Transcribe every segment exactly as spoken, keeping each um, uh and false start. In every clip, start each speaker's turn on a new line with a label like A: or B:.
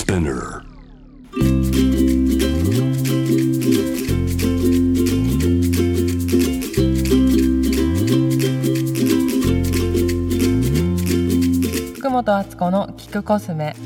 A: Spinner.
B: 福本敦子の聞くコスメ。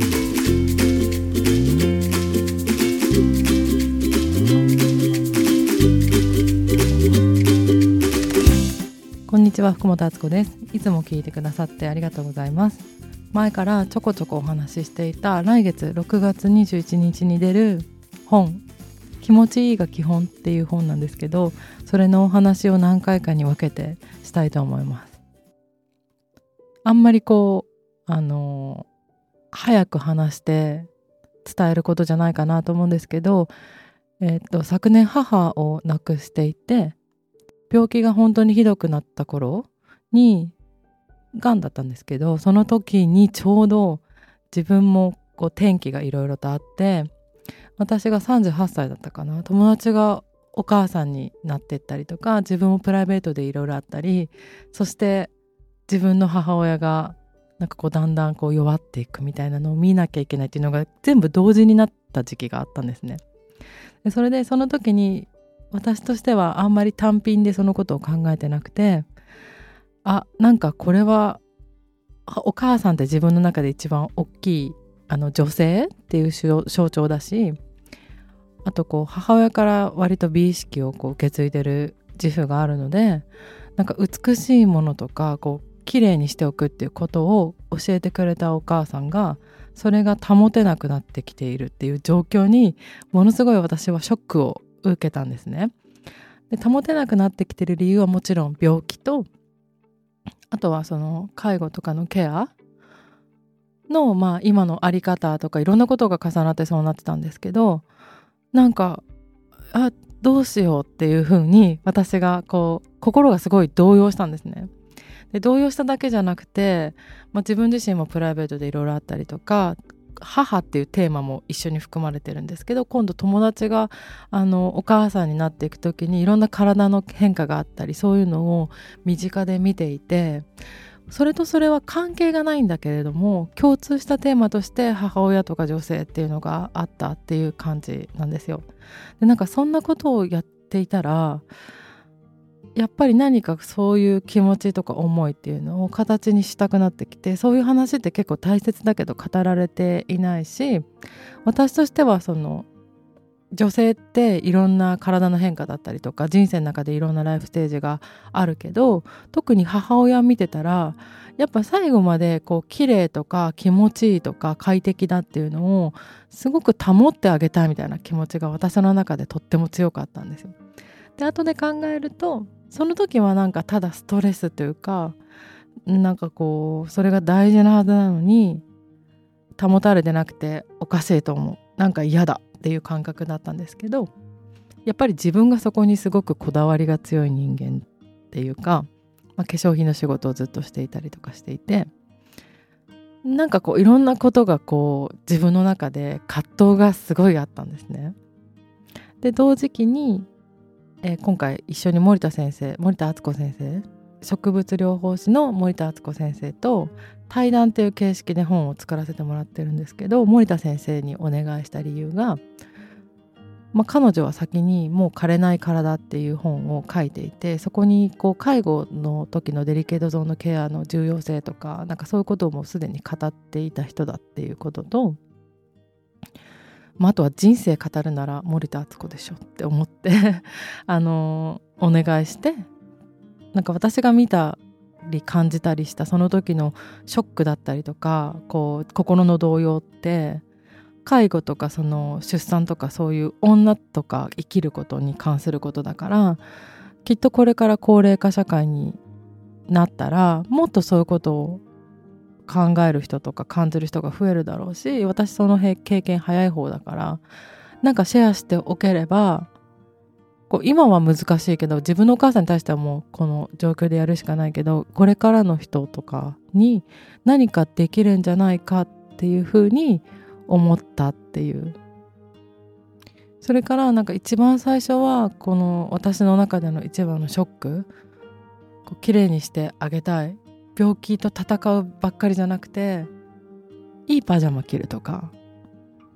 B: こんにちは、福本敦子です。いつも聞いてくださってありがとうございます。前からちょこちょこお話ししていた来月ろくがつにじゅういちにちに出る本、気持ちいいが基本っていう本なんですけど、それのお話を何回かに分けてしたいと思います。あんまりこうあの早く話して伝えることじゃないかなと思うんですけど、えー、と昨年母を亡くしていて、病気が本当にひどくなった頃にがんだったんですけど、その時にちょうど自分もこう転機がいろいろとあって、私がさんじゅうはっさいだったかな、友達がお母さんになってったりとか、自分もプライベートでいろいろあったり、そして自分の母親がなんかこうだんだんこう弱っていくみたいなのを見なきゃいけないっていうのが全部同時になった時期があったんですね。でそれでその時に私としてはあんまり単品でそのことを考えてなくて、あ、なんかこれはお母さんって自分の中で一番大きいあの女性っていう象徴だし、あとこう母親から割と美意識をこう受け継いでる自負があるので、なんか美しいものとかこう綺麗にしておくっていうことを教えてくれたお母さんが、それが保てなくなってきているっていう状況にものすごい私はショックを受けたんですね。で、保てなくなってきてる理由はもちろん病気と、あとはその介護とかのケアのまあ今のあり方とかいろんなことが重なってそうなってたんですけど、なんかあどうしようっていう風に私がこう心がすごい動揺したんですね。で動揺しただけじゃなくて、まあ、自分自身もプライベートでいろいろあったりとか、母っていうテーマも一緒に含まれてるんですけど、今度友達があのお母さんになっていく時にいろんな体の変化があったり、そういうのを身近で見ていて、それとそれは関係がないんだけれども共通したテーマとして母親とか女性っていうのがあったっていう感じなんですよ。でなんかそんなことをやっていたら、やっぱり何かそういう気持ちとか思いっていうのを形にしたくなってきて、そういう話って結構大切だけど語られていないし、私としてはその女性っていろんな体の変化だったりとか人生の中でいろんなライフステージがあるけど、特に母親見てたらやっぱ最後までこう綺麗とか気持ちいいとか快適だっていうのをすごく保ってあげたいみたいな気持ちが私の中でとっても強かったんですよ。で後で考えると、その時はなんかただストレスというか、なんかこうそれが大事なはずなのに保たれてなくておかしいと思う、なんか嫌だっていう感覚だったんですけど、やっぱり自分がそこにすごくこだわりが強い人間っていうか、まあ、化粧品の仕事をずっとしていたりとかしていて、なんかこういろんなことがこう自分の中で葛藤がすごいあったんですね。で同時期にえー、今回一緒に森田先生森田敦子先生植物療法士の森田敦子先生と対談っていう形式で本を作らせてもらってるんですけど、森田先生にお願いした理由が、まあ、彼女は先にもう枯れない体っていう本を書いていて、そこにこう介護の時のデリケートゾーンのケアの重要性とか、なんかそういうことをもうすでに語っていた人だっていうことと、まあ、あとは人生語るなら森田敦子でしょって思ってあのお願いして、なんか私が見たり感じたりしたその時のショックだったりとか、こう心の動揺って介護とかその出産とかそういう女とか生きることに関することだから、きっとこれから高齢化社会になったらもっとそういうことを考える人とか感じる人が増えるだろうし、私その経験早い方だから、なんかシェアしておければ、こう今は難しいけど自分のお母さんに対してはもうこの状況でやるしかないけど、これからの人とかに何かできるんじゃないかっていうふうに思ったっていう。それからなんか一番最初はこの私の中での一番のショック、こう綺麗にしてあげたい、病気と戦うばっかりじゃなくていいパジャマ着るとか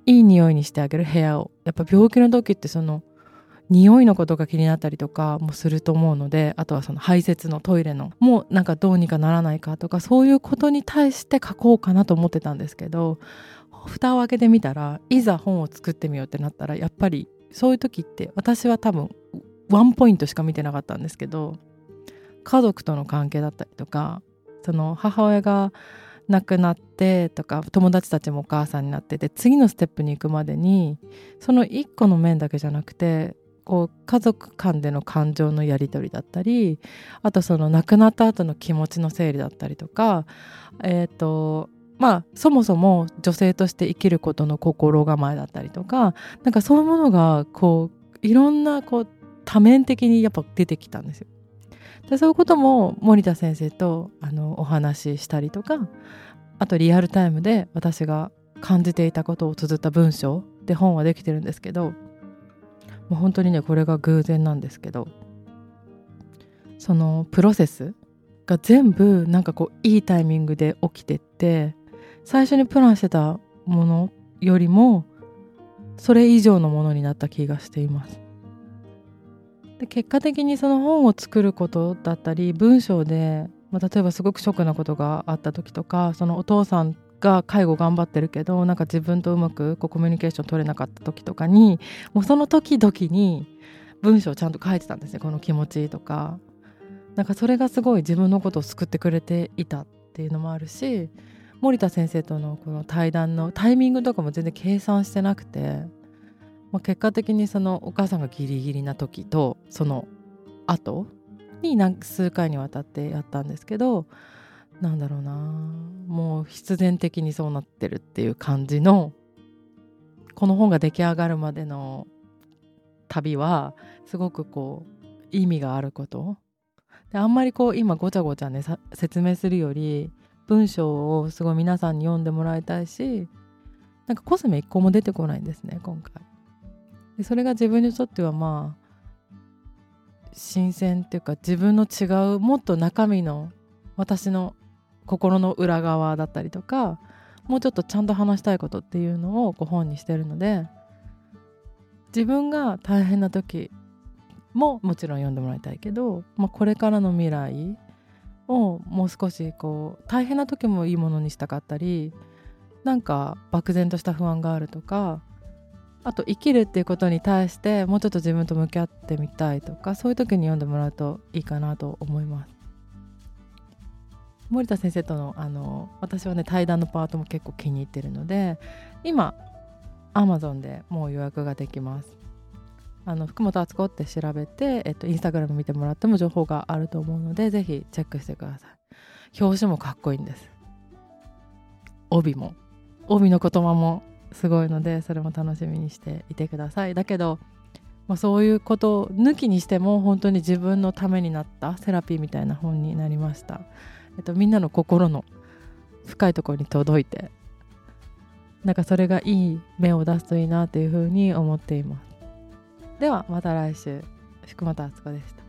B: いい匂いにしてあげる部屋を。やっぱ病気の時ってその匂いのことが気になったりとかもすると思うので、あとはその排泄のトイレのもうなんかどうにかならないかとか、そういうことに対して書こうかなと思ってたんですけど、蓋を開けてみたら、いざ本を作ってみようってなったら、やっぱりそういう時って私は多分ワンポイントしか見てなかったんですけど、家族との関係だったりとか、その母親が亡くなってとか、友達たちもお母さんになってて、次のステップに行くまでにその一個の面だけじゃなくて、こう家族間での感情のやり取りだったり、あとその亡くなった後の気持ちの整理だったりとか、えっとまあそもそも女性として生きることの心構えだったりとか、なんかそういうものがこういろんなこう多面的にやっぱ出てきたんですよ。でそういうことも森田先生とあのお話ししたりとか、あとリアルタイムで私が感じていたことを綴った文章で本はできてるんですけど、もう本当にねこれが偶然なんですけど、そのプロセスが全部なんかこういいタイミングで起きてって、最初にプランしてたものよりもそれ以上のものになった気がしています。で結果的にその本を作ることだったり、文章で、まあ、例えばすごくショックなことがあった時とか、そのお父さんが介護頑張ってるけどなんか自分とうまくこうコミュニケーション取れなかった時とかに、もうその時々に文章をちゃんと書いてたんですね、この気持ちとか。なんかそれがすごい自分のことを救ってくれていたっていうのもあるし、森田先生とのこの対談のタイミングとかも全然計算してなくて、まあ、結果的にそのお母さんがギリギリな時とその後に何数回にわたってやったんですけど、なんだろうな、もう必然的にそうなってるっていう感じの、この本が出来上がるまでの旅はすごくこう意味があることで、あんまりこう今ごちゃごちゃね説明するより、文章をすごい皆さんに読んでもらいたいし、なんかコスメ一個も出てこないんですね今回で。それが自分にとってはまあ新鮮っていうか、自分の違うもっと中身の私の心の裏側だったりとか、もうちょっとちゃんと話したいことっていうのをこう本にしてるので、自分が大変な時ももちろん読んでもらいたいけど、まあ、これからの未来をもう少しこう大変な時もいいものにしたかったり、なんか漠然とした不安があるとか、あと生きるっていうことに対してもうちょっと自分と向き合ってみたいとか、そういう時に読んでもらうといいかなと思います。森田先生とのあの私はね対談のパートも結構気に入ってるので、今 Amazon でもう予約ができます。あの福本敦子って調べて、えっと、インスタグラム見てもらっても情報があると思うので、ぜひチェックしてください。表紙もかっこいいんです。帯も帯の言葉もすごいので、それも楽しみにしていてください。だけど、まあ、そういうことを抜きにしても本当に自分のためになったセラピーみたいな本になりました。えっと、みんなの心の深いところに届いて、なんかそれがいい芽を出すといいなというふうに思っています。ではまた来週。福本敦子でした。